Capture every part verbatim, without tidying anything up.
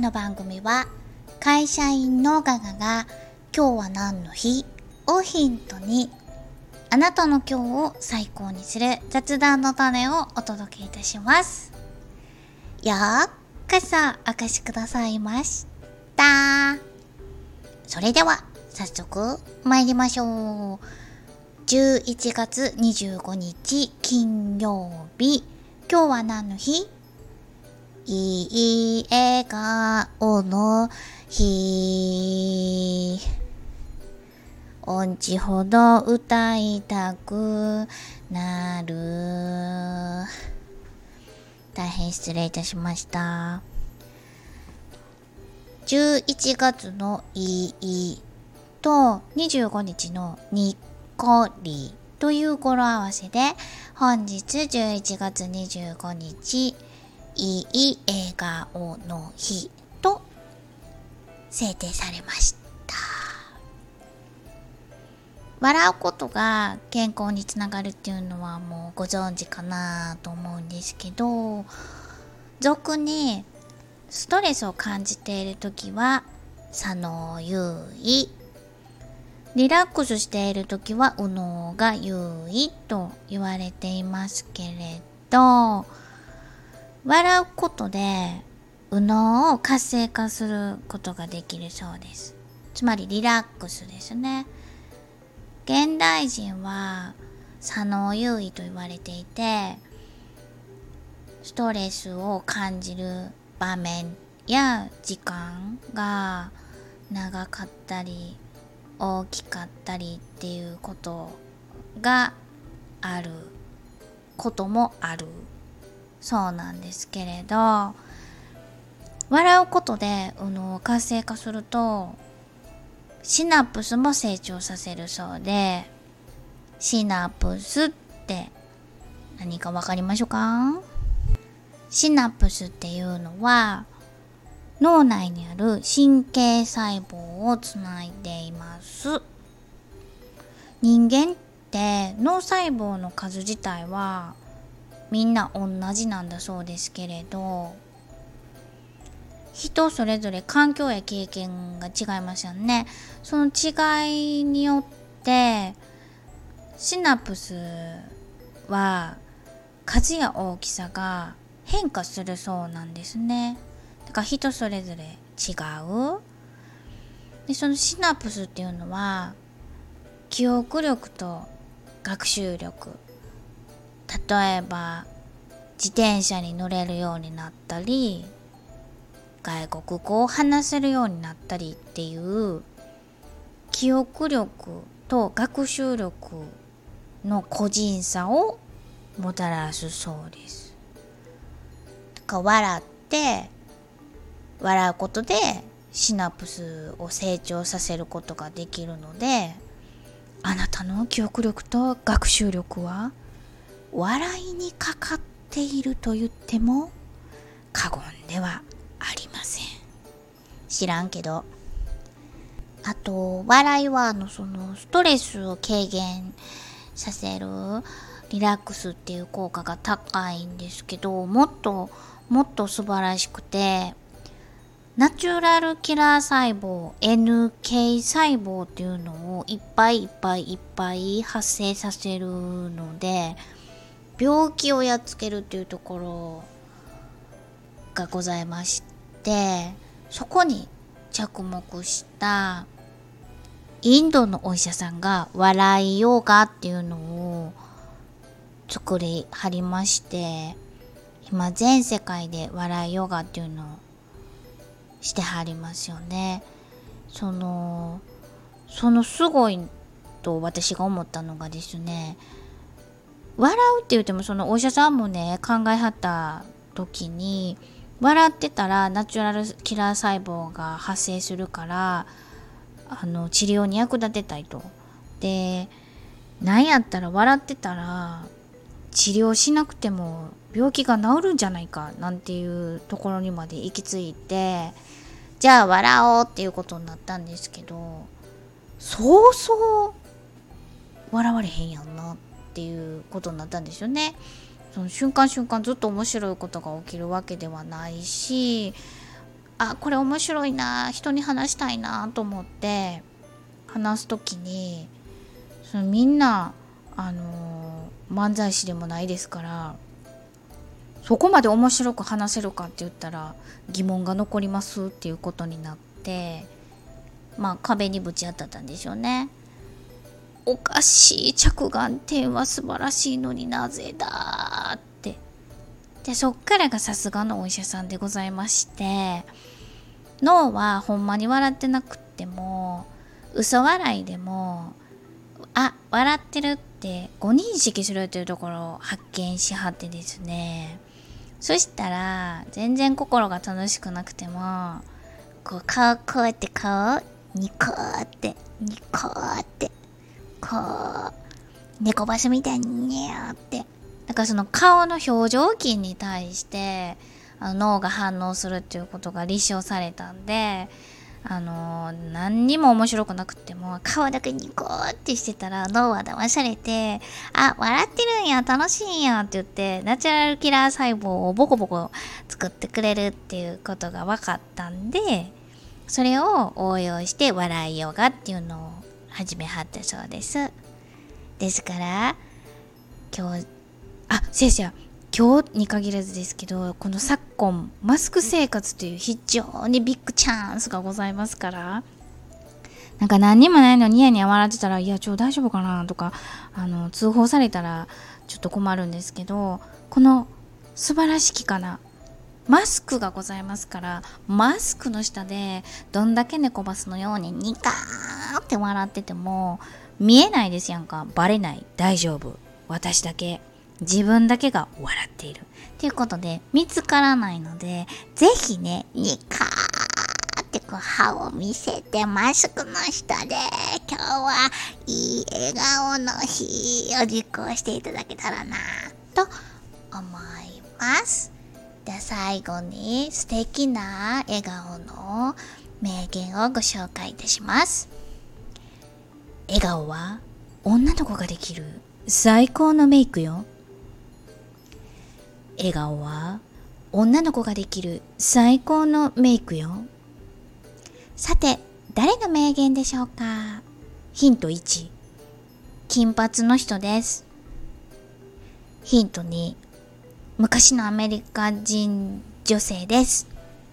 の番組は会社員のガガが今日は何の日をヒントにあなたの今日を最高にする雑談の種をお届けいたします。よーこそお越しくださいました。それでは早速参りましょう。じゅういちがつにじゅうごにち金曜日、今日は何の日？いい笑顔の日。音痴ほど歌いたくなる。大変失礼いたしました。じゅういちがつのいいとにじゅうごにちのにっこりという語呂合わせで、本日じゅういちがつにじゅうごにちいい笑顔の日と制定されました。笑うことが健康につながるっていうのはもうご存知かなと思うんですけど、俗にストレスを感じているときは左脳優位、リラックスしているときは右脳が優位と言われていますけれど、笑うことで右脳を活性化することができるそうです。つまりリラックスですね。現代人は左脳優位と言われていて、ストレスを感じる場面や時間が長かったり大きかったりっていうことがあることもあるそうなんですけれど、笑うことで右脳を活性化するとシナプスも成長させるそうで、シナプスって何かわかりましょうか？シナプスっていうのは脳内にある神経細胞をつないでいます。人間って脳細胞の数自体はみんな同じなんだそうですけれど、人それぞれ環境や経験が違いますよね。その違いによってシナプスは数や大きさが変化するそうなんですね。だから人それぞれ違う。で、そのシナプスっていうのは記憶力と学習力、例えば自転車に乗れるようになったり外国語を話せるようになったりっていう記憶力と学習力の個人差をもたらすそうです。だから笑って笑うことでシナプスを成長させることができるので、あなたの記憶力と学習力は笑いにかかっていると言っても過言ではありません。知らんけど。あと笑いはあのそのストレスを軽減させるリラックスっていう効果が高いんですけど、もっともっと素晴らしくて、ナチュラルキラー細胞 エヌケー 細胞っていうのをいっぱいいっぱいいっぱい発生させるので、病気をやっつけるっていうところがございまして、そこに着目したインドのお医者さんが笑いヨガっていうのを作りはりまして、今全世界で笑いヨガっていうのをしてはりますよね。そのそのすごいと私が思ったのがですね、笑うって言ってもそのお医者さんもね考えはった時に、笑ってたらナチュラルキラー細胞が発生するからあの治療に役立てたいと。で、なんやったら笑ってたら治療しなくても病気が治るんじゃないかなんていうところにまで行き着いて、じゃあ笑おうっていうことになったんですけど、そうそう笑われへんやんなっていうことになったんですよね。その瞬間瞬間ずっと面白いことが起きるわけではないし、 あ、これ面白いな、人に話したいなと思って話すときに、そのみんなあのー、漫才師でもないですから、そこまで面白く話せるかって言ったら疑問が残りますっていうことになって、まあ壁にぶち当たったんでしょうね。おかしい、着眼点は素晴らしいのになぜだって。でそっからがさすがのお医者さんでございまして、脳はほんまに笑ってなくっても嘘笑いでも、あ、笑ってるってご認識するというところを発見しはってですね、そしたら全然心が楽しくなくても、こう顔こうやって顔ニコーってニコーってこう猫バスみたいにニャーって、だからその顔の表情筋に対してあの脳が反応するっていうことが立証されたんで、あのー、何にも面白くなくても顔だけニコーってしてたら脳は騙されて、あ、笑ってるんや、楽しいんやって言ってナチュラルキラー細胞をボコボコ作ってくれるっていうことが分かったんで、それを応用して笑いヨガっていうのを始めはったそうです。ですから今日、あ、先生、今日に限らずですけど、この昨今マスク生活という非常にビッグチャンスがございますから、なんか何にもないのにニヤニヤ笑ってたら、いやちょ大丈夫かなとか、あの通報されたらちょっと困るんですけど、この素晴らしきかなマスクがございますから、マスクの下でどんだけ猫バスのようにニカーって笑ってても見えないですやんか。バレない、大丈夫、私だけ、自分だけが笑っているということで見つからないので、ぜひね、ニカーってこう歯を見せてマスクの下で今日はいい笑顔の日を実行していただけたらなと思います。では最後に素敵な笑顔の名言をご紹介いたします。笑顔は女の子ができる最高のメイクよ。笑顔は女の子ができる最高のメイクよ。さて、誰の名言でしょうか。ヒントいち、金髪の人です。ヒントに、昔のアメリカ人女性です。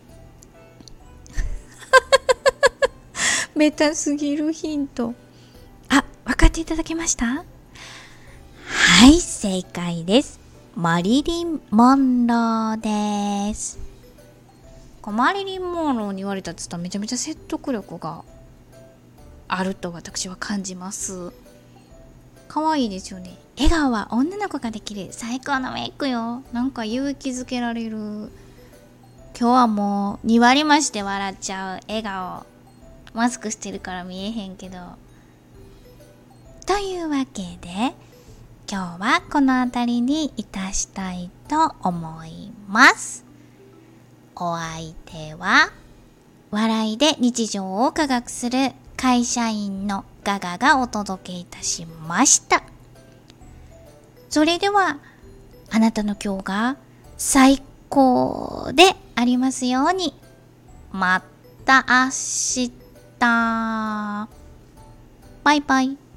ベタすぎるヒント。あ、分かっていただけました？はい、正解です。マリリン・モンローです。マリリン・モンローに言われたって言ったらめちゃめちゃ説得力があると私は感じます。可愛いですよね。笑顔は女の子ができる最高のメイクよ。なんか勇気づけられる。今日はもうに割増しで笑っちゃう笑顔。マスクしてるから見えへんけど。というわけで今日はこの辺りにいたしたいと思います。お相手は笑いで日常を科学する会社員のガガがお届けいたしました。それではあなたの今日が最高でありますように。また明日。バイバイ。